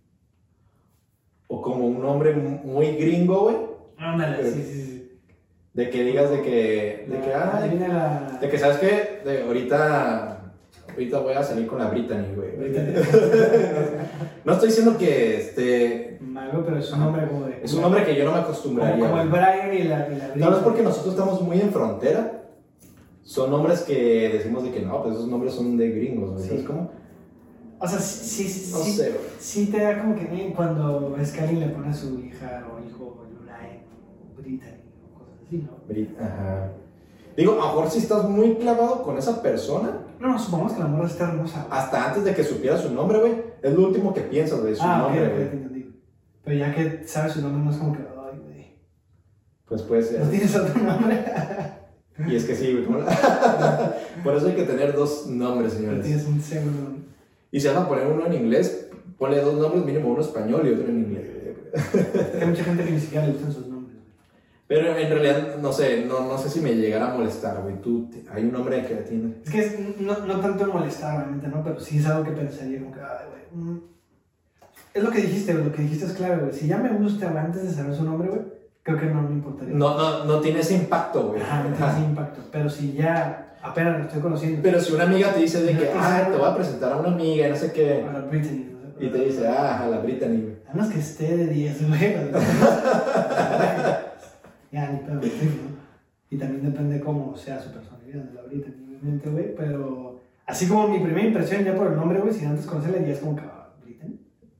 O como un nombre muy gringo, güey. Ándale, sí. De que digas de que Adivina la... de que, ¿sabes qué? Ahorita voy a salir con la Brittany, güey. No estoy diciendo que Malo, pero es un nombre como de... es un nombre que yo no me acostumbraría. Como el Brian y la Brittany. No, es porque nosotros estamos muy en frontera. Son nombres que decimos de que no, pues esos nombres son de gringos, güey. Sí. ¿Sabes cómo? O sea, sí, No sé, güey. sí te da como que cuando ves que alguien le pone a su hija o hijo Brian o Brittany o cosas así, ¿no? Ajá. Digo, a lo mejor si estás muy clavado con esa persona, No, supongamos que la morra está hermosa. hasta antes de que supiera su nombre, güey, es lo último que piensas de su nombre, ok, güey. te entendí. Pero ya que sabes su nombre, no es como que, ay, güey. Pues puede ser. ¿No tienes otro nombre? Y es que sí, güey. Por eso hay que tener dos nombres, No señores. tienes un segundo nombre. Y si van a poner uno en inglés, ponle dos nombres, mínimo uno español y otro en inglés. Hay mucha gente que ni siquiera le gustan sus nombres. Pero en realidad, no sé si me llegara a molestar, güey. Hay un nombre que tiene. Es que no tanto molestar, realmente, ¿no? Pero sí es algo que pensaría, como que, ay, güey. Es lo que dijiste, güey. Lo que dijiste es clave, güey. Si ya me gusta, güey, antes de saber su nombre, güey, creo que no me importaría. No tiene ese impacto, güey. Ajá, no tiene ese impacto. Pero si ya apenas lo estoy conociendo. Pero si una amiga te dice de que, te voy a presentar a una amiga y no sé qué. A la Brittany, ¿no? Y te dice, a la Brittany, güey. A menos que esté de 10, güey. Ya, ni pedo, ¿no? Y también depende cómo sea su personalidad de la Brittany, obviamente, güey. Pero así como mi primera impresión ya por el nombre, güey, sin antes conocerla, ya es como que, ¿Brittany?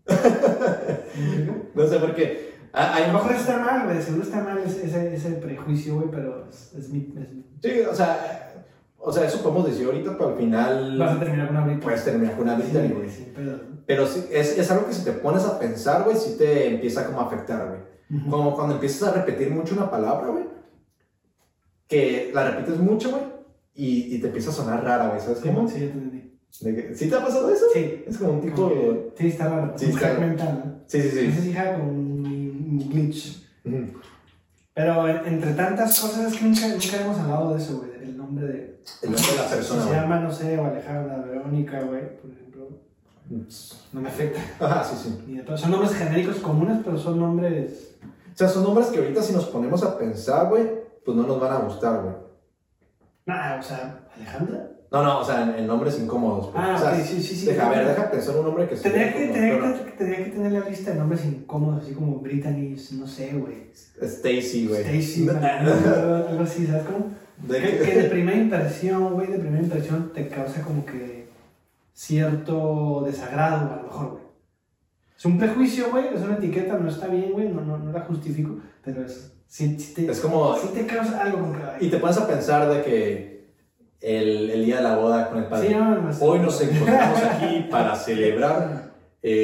No sé por qué. A lo mejor está mal, güey, seguro está mal ese prejuicio, güey, pero es mi... Sí, o sea, eso podemos decir ahorita, pero al final... Vas a terminar con una Brittany. Puedes terminar con una Brittany, güey. Sí, pero sí, es algo que si te pones a pensar, güey, sí te empieza como a afectar, güey. Como cuando empiezas a repetir mucho una palabra, güey, que la repites mucho, güey, y te empieza a sonar rara, güey, ¿sabes cómo? Sí, ya te entendí. ¿Sí te ha pasado eso? Sí. Es como un tipo... Sí, está raro. Sí, Un está hack mental, ¿no? Sí. Esa es hija con un glitch. Pero entre tantas cosas es que nunca hemos hablado de eso, güey, del nombre de... El nombre de la persona, Se güey. llama, no sé, o Alejandra, Verónica, güey, por ejemplo. No me afecta. Ajá, sí. Son nombres genéricos comunes, pero son nombres... O sea, son nombres que ahorita si nos ponemos a pensar, güey, pues no nos van a gustar, güey. Nah, o sea, ¿Alejandra? No, o sea, en nombres incómodos. Pues. Ah, o sea, ok, sí. Deja pensar un nombre que sea. Tendría que tener la lista de nombres incómodos, así como Brittany, no sé, güey. Stacy, güey. Stacy, algo así, ¿sabes cómo? Que de primera impresión, güey, te causa como que cierto desagrado, a lo mejor, güey. Es un prejuicio, güey, es una etiqueta, no está bien, güey, no la justifico, pero es como... Sí te causa algo como que... Y te pones a pensar de que el día de la boda con el padre. Sí, hoy nos encontramos aquí para celebrar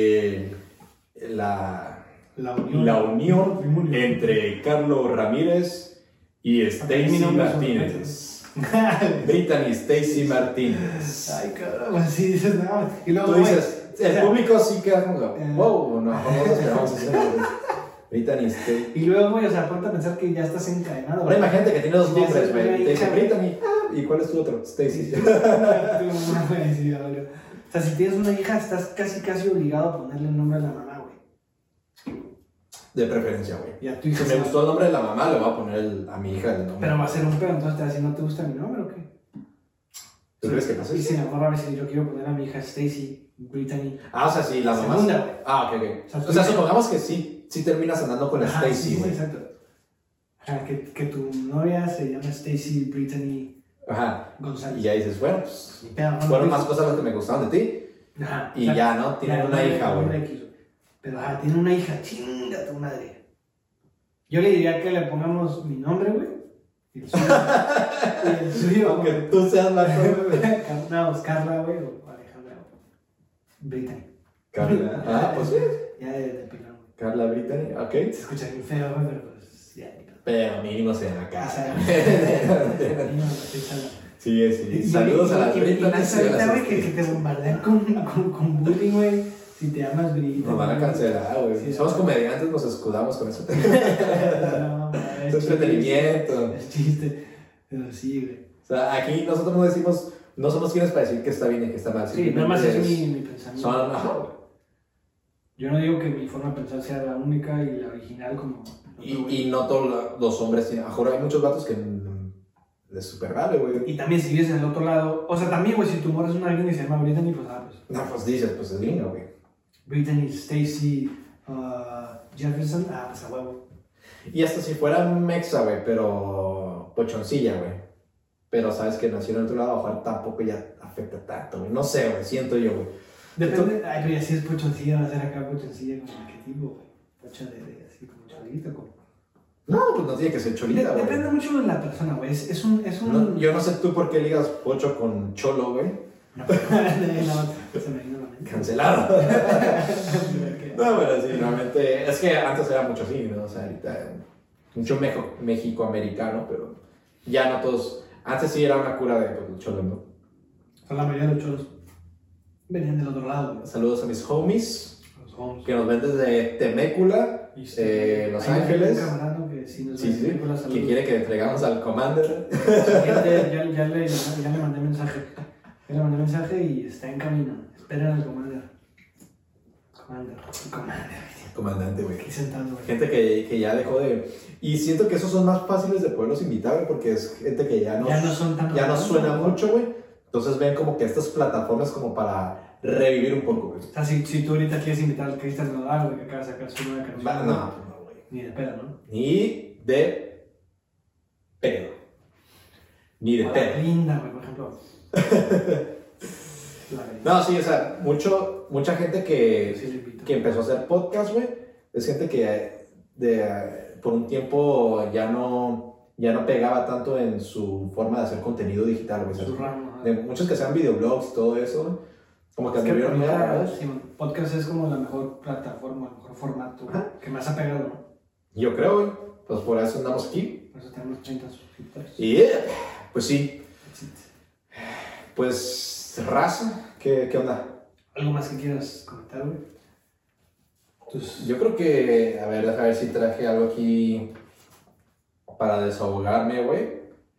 la unión entre Carlos Ramírez y Stacy Martínez. Brittany Stacy Martínez. Ay, cabrón, así dices, no. Y luego, tú dices, el público sí queda como, wow, no, ¿cómo nos esperamos eso? Brittany Stacy. Y luego, güey, o sea, ponte a pensar que ya estás encadenado. Ahora imagínate que tiene dos nombres, güey. Te dice Brittany, ¿y cuál es tu otro? Stacy. O sea, si tienes una hija, estás casi obligado a ponerle el nombre a la mamá, güey. De preferencia, güey. Y a tu hija. Si me gustó el nombre de la mamá, le voy a poner a mi hija el nombre. Pero va a ser un pedo, entonces te va a decir, ¿no te gusta mi nombre o qué? ¿Tú crees que pasa Y eso? si mi mamá va a decir, yo quiero poner a mi hija Stacy, Brittany. O sea, sí, la mamá. Segunda, güey. Ok. O sea, supongamos que sí terminas andando con la Stacy, güey. Sí, exacto. Que tu novia se llama Stacy Brittany González. Y ya dices, bueno, pues fueron más cosas las que me gustaban de ti. Y ya, ¿no? Tienen una hija, güey. Pero, tiene una hija, chinga tu madre. Yo le diría que le pongamos mi nombre, güey. Y el suyo. Aunque tú seas la güey. No, Carla, güey, o Alejandra. Brittany. Carla. Pues sí. Ya de pilón, güey. Carla Brittany, ok. Se escucha bien feo, güey, pero pues ya. Pero mínimo se en la casa. Sí. Saludos a las britas. Ahorita, güey, que te bombardean con bullying, güey. Si te llamas brita. Nos van a cancelar, güey. Sí, Somos comediantes, nos escudamos con eso. No, Es entretenimiento. Es chiste. Pero sí, güey. O sea, aquí nosotros no decimos, no somos quienes para decir que está bien y que está mal. Sí, nada más es mi pensamiento. Son, yo no digo que mi forma de pensar sea la única y la original como... y no todos los hombres tienen... Ahora hay muchos vatos que les super vale, güey. Y también si vives en el otro lado... O sea, también, güey, si tu morra es una alguien y se llama Brittany, pues pues... No, pues dices, pues es gringo, güey. Brittany, Stacy, Jefferson, pues a huevo. Y hasta si fuera mexa, güey, pero pochoncilla, güey. Pero sabes que nació en el otro lado, a lo mejor tampoco ya afecta tanto, güey. No sé, güey, siento yo, güey. Depende, ay, güey, así es pochoncilla, va a ser acá pochoncilla como qué tipo, güey. Pocho de así como cholito, como... No, pues no tiene que ser cholita, güey. Depende mucho de la persona, güey. Es un... No, yo no sé tú por qué ligas pocho con cholo, güey. No, se me vino a la mente. Cancelado. No, pero sí, realmente... Es que antes era mucho así, ¿no? O sea, ahorita... Mucho México-americano, pero... Ya no todos... Antes sí era una cura de pues, cholo, ¿no? O sea, la mayoría de los cholos venían del otro lado, güey. Saludos a mis homies. Los homies. Que nos ven desde Temécula, Los Ángeles. Sí. Que quiere que le entregamos al Commander. Ya le mandé mensaje. Ya le mandé mensaje y está en camino. Esperen al Commander. Comandante, güey. Aquí sentado, güey. Gente que ya dejó de... Y siento que esos son más fáciles de poderlos invitar, güey, porque es gente que ya no suena mucho, güey. Entonces ven como que estas plataformas como para revivir un poco, güey. O sea, si tú ahorita quieres invitar al Cristian Nodal, güey, que acaba de sacar su nueva canción. No, güey. Ni de pedo, ¿no? Ni de pedo. Ni de pedo. Linda, güey, por ejemplo. No, sí, o sea, mucha gente que empezó a hacer podcast, güey, es gente que por un tiempo ya no pegaba tanto en su forma de hacer contenido digital, güey. Su ramo, de muchos que hacen videoblogs y todo eso, como que anduvieron muy agarrados. Podcast es como la mejor plataforma, el mejor formato que más ha pegado, ¿no? Yo creo, güey. Pues por eso andamos aquí. Por eso tenemos 30 suscriptores. Y pues sí. Pues, raza, ¿qué onda? ¿Algo más que quieras comentar, güey? Yo creo que, a ver si traje algo aquí para desahogarme, güey.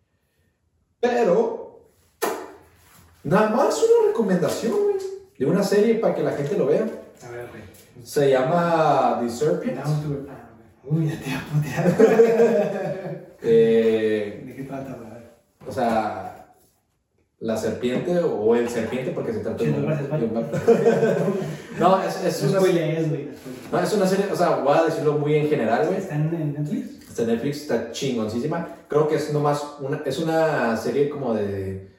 Pero, nada más una recomendación, güey, de una serie para que la gente lo vea. A ver, güey. Se llama The Serpent. Uy, ya te iba a putear. ¿De qué trata, güey? O sea... La serpiente o el serpiente porque se trata de un... No, es una serie. No, es una serie, o sea, voy a decirlo muy en general, güey. ¿Está en Netflix? Está en Netflix, está chingoncísima. Creo que es nomás es una serie como de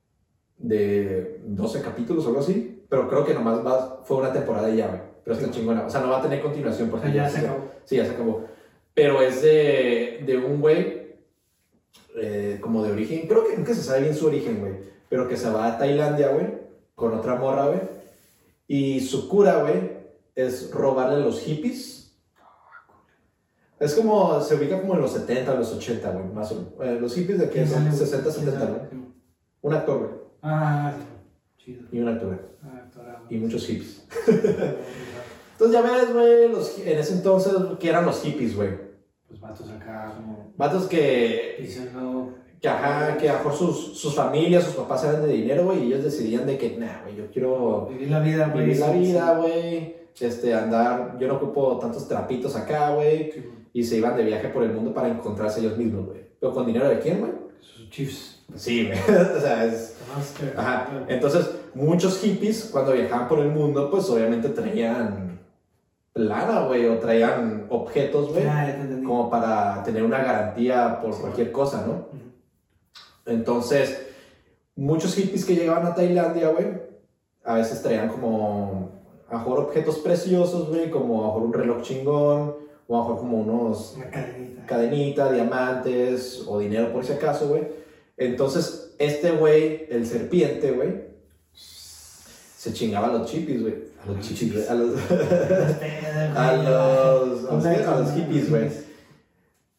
12 capítulos o algo así, pero creo que nomás fue una temporada y ya, güey. Pero está chingona, o sea, no va a tener continuación porque ya se acabó. Sí, ya se acabó. Pero es de un güey como de origen, creo que nunca se sabe bien su origen, güey, pero que se va a Tailandia, güey, con otra morra, güey, y su cura, güey, es robarle a los hippies. Es como, se ubica como en los 70, los 80, güey, más o menos. Los hippies de aquí son 60, 70, ¿no? Un actor, güey. Sí, chido. Y una actora. Actora. Y muchos hippies. Entonces ya ves, güey, en ese entonces, ¿qué eran los hippies, güey? Pues vatos acá, como... Vatos que... Diciendo... Que a lo mejor sus familias, sus papás eran de dinero, güey, y ellos decidían de que, nah, güey, yo quiero... Vivir la vida, güey. Vivir la vida, güey. Andar... Yo no ocupo tantos trapitos acá, güey. Sí. Y se iban de viaje por el mundo para encontrarse ellos mismos, güey. ¿Pero con dinero de quién, güey? Sus chiefs. Sí, güey. O sea, es... Ajá. Entonces, muchos hippies, cuando viajaban por el mundo, pues obviamente traían lana, güey, o traían objetos, güey, como para tener una garantía por cualquier cosa, ¿no? Entonces, muchos hippies que llegaban a Tailandia, güey, a veces traían como, a lo mejor objetos preciosos, güey, como a lo mejor un reloj chingón, o a lo mejor como unos... Una cadenita, diamantes, o dinero por si acaso, güey. Entonces, este güey, el serpiente, güey, se chingaba a los chippies, güey. A los chippies, güey. A los hippies, güey.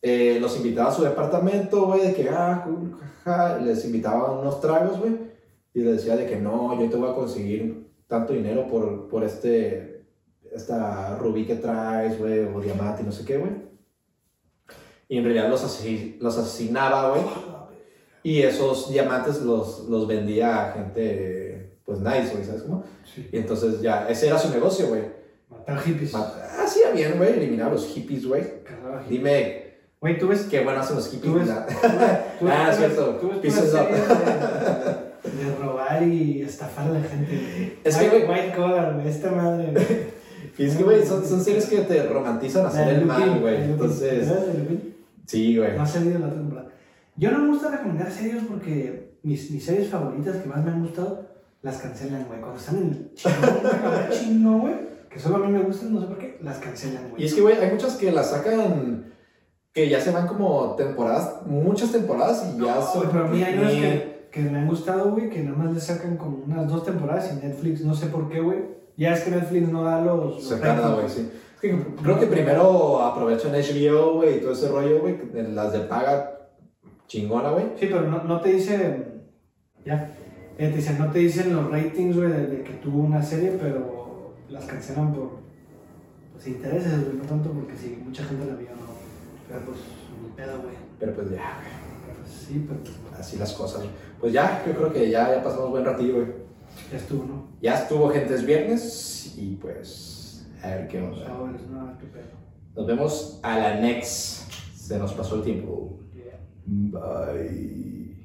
los invitaba a su departamento, güey, de que, cool, jaja, les invitaba unos tragos, güey, y les decía de que no, yo te voy a conseguir tanto dinero por esta rubí que traes, güey, o diamante y no sé qué, güey. Y en realidad los asesinaba, güey, y esos diamantes los vendía a gente, pues, nice, güey, ¿sabes cómo? Sí. Y entonces ya, ese era su negocio, güey. Matar hippies. Hacía bien, güey, eliminar a los hippies, güey. Cazaba hippies. Dime, Güey, tú ves. qué bueno hacen los hippies. Tú ves. Cierto. Tú ves Pieces una up. serie de robar y estafar a la gente. Es que, güey. White collar, güey. Esta madre, güey. Y es que, güey, son series que te romantizan hacer el mal, güey. Entonces. ¿Sabes de Lupin? Sí, güey. No ha salido la otra temporada. Yo no me gusta recomendar series porque mis series favoritas que más me han gustado las cancelan, güey. Cuando están en el chino, güey, que solo a mí me gustan, no sé por qué, las cancelan, güey. Y es que, güey, hay muchas que las sacan, que ya se van como temporadas, muchas temporadas y ya son. Pero a mí hay unas que me han gustado, güey, que nada más le sacan como unas 2 temporadas y Netflix, no sé por qué, güey. Ya es que Netflix no da los Se tarda, güey, sí. Es que creo que primero aprovechan HBO, güey, y todo ese rollo, güey, las de paga chingona, güey. Sí, pero no te dice. Ya. Te dicen, no te dicen los ratings, güey, de que tuvo una serie, pero las cancelan por pues, intereses, güey, no tanto porque sí, mucha gente la vio, no. Pero pues, ni pedo, güey. Pero pues ya, güey. Pues, sí, pero Así las cosas, güey. Pues ya, yo creo que ya pasamos buen ratillo, güey. ya estuvo, ¿no? Ya estuvo, gente, es viernes y pues a ver qué onda. Sobres, no, qué pedo. Nos vemos a la next. Se nos pasó el tiempo. Yeah. Bye.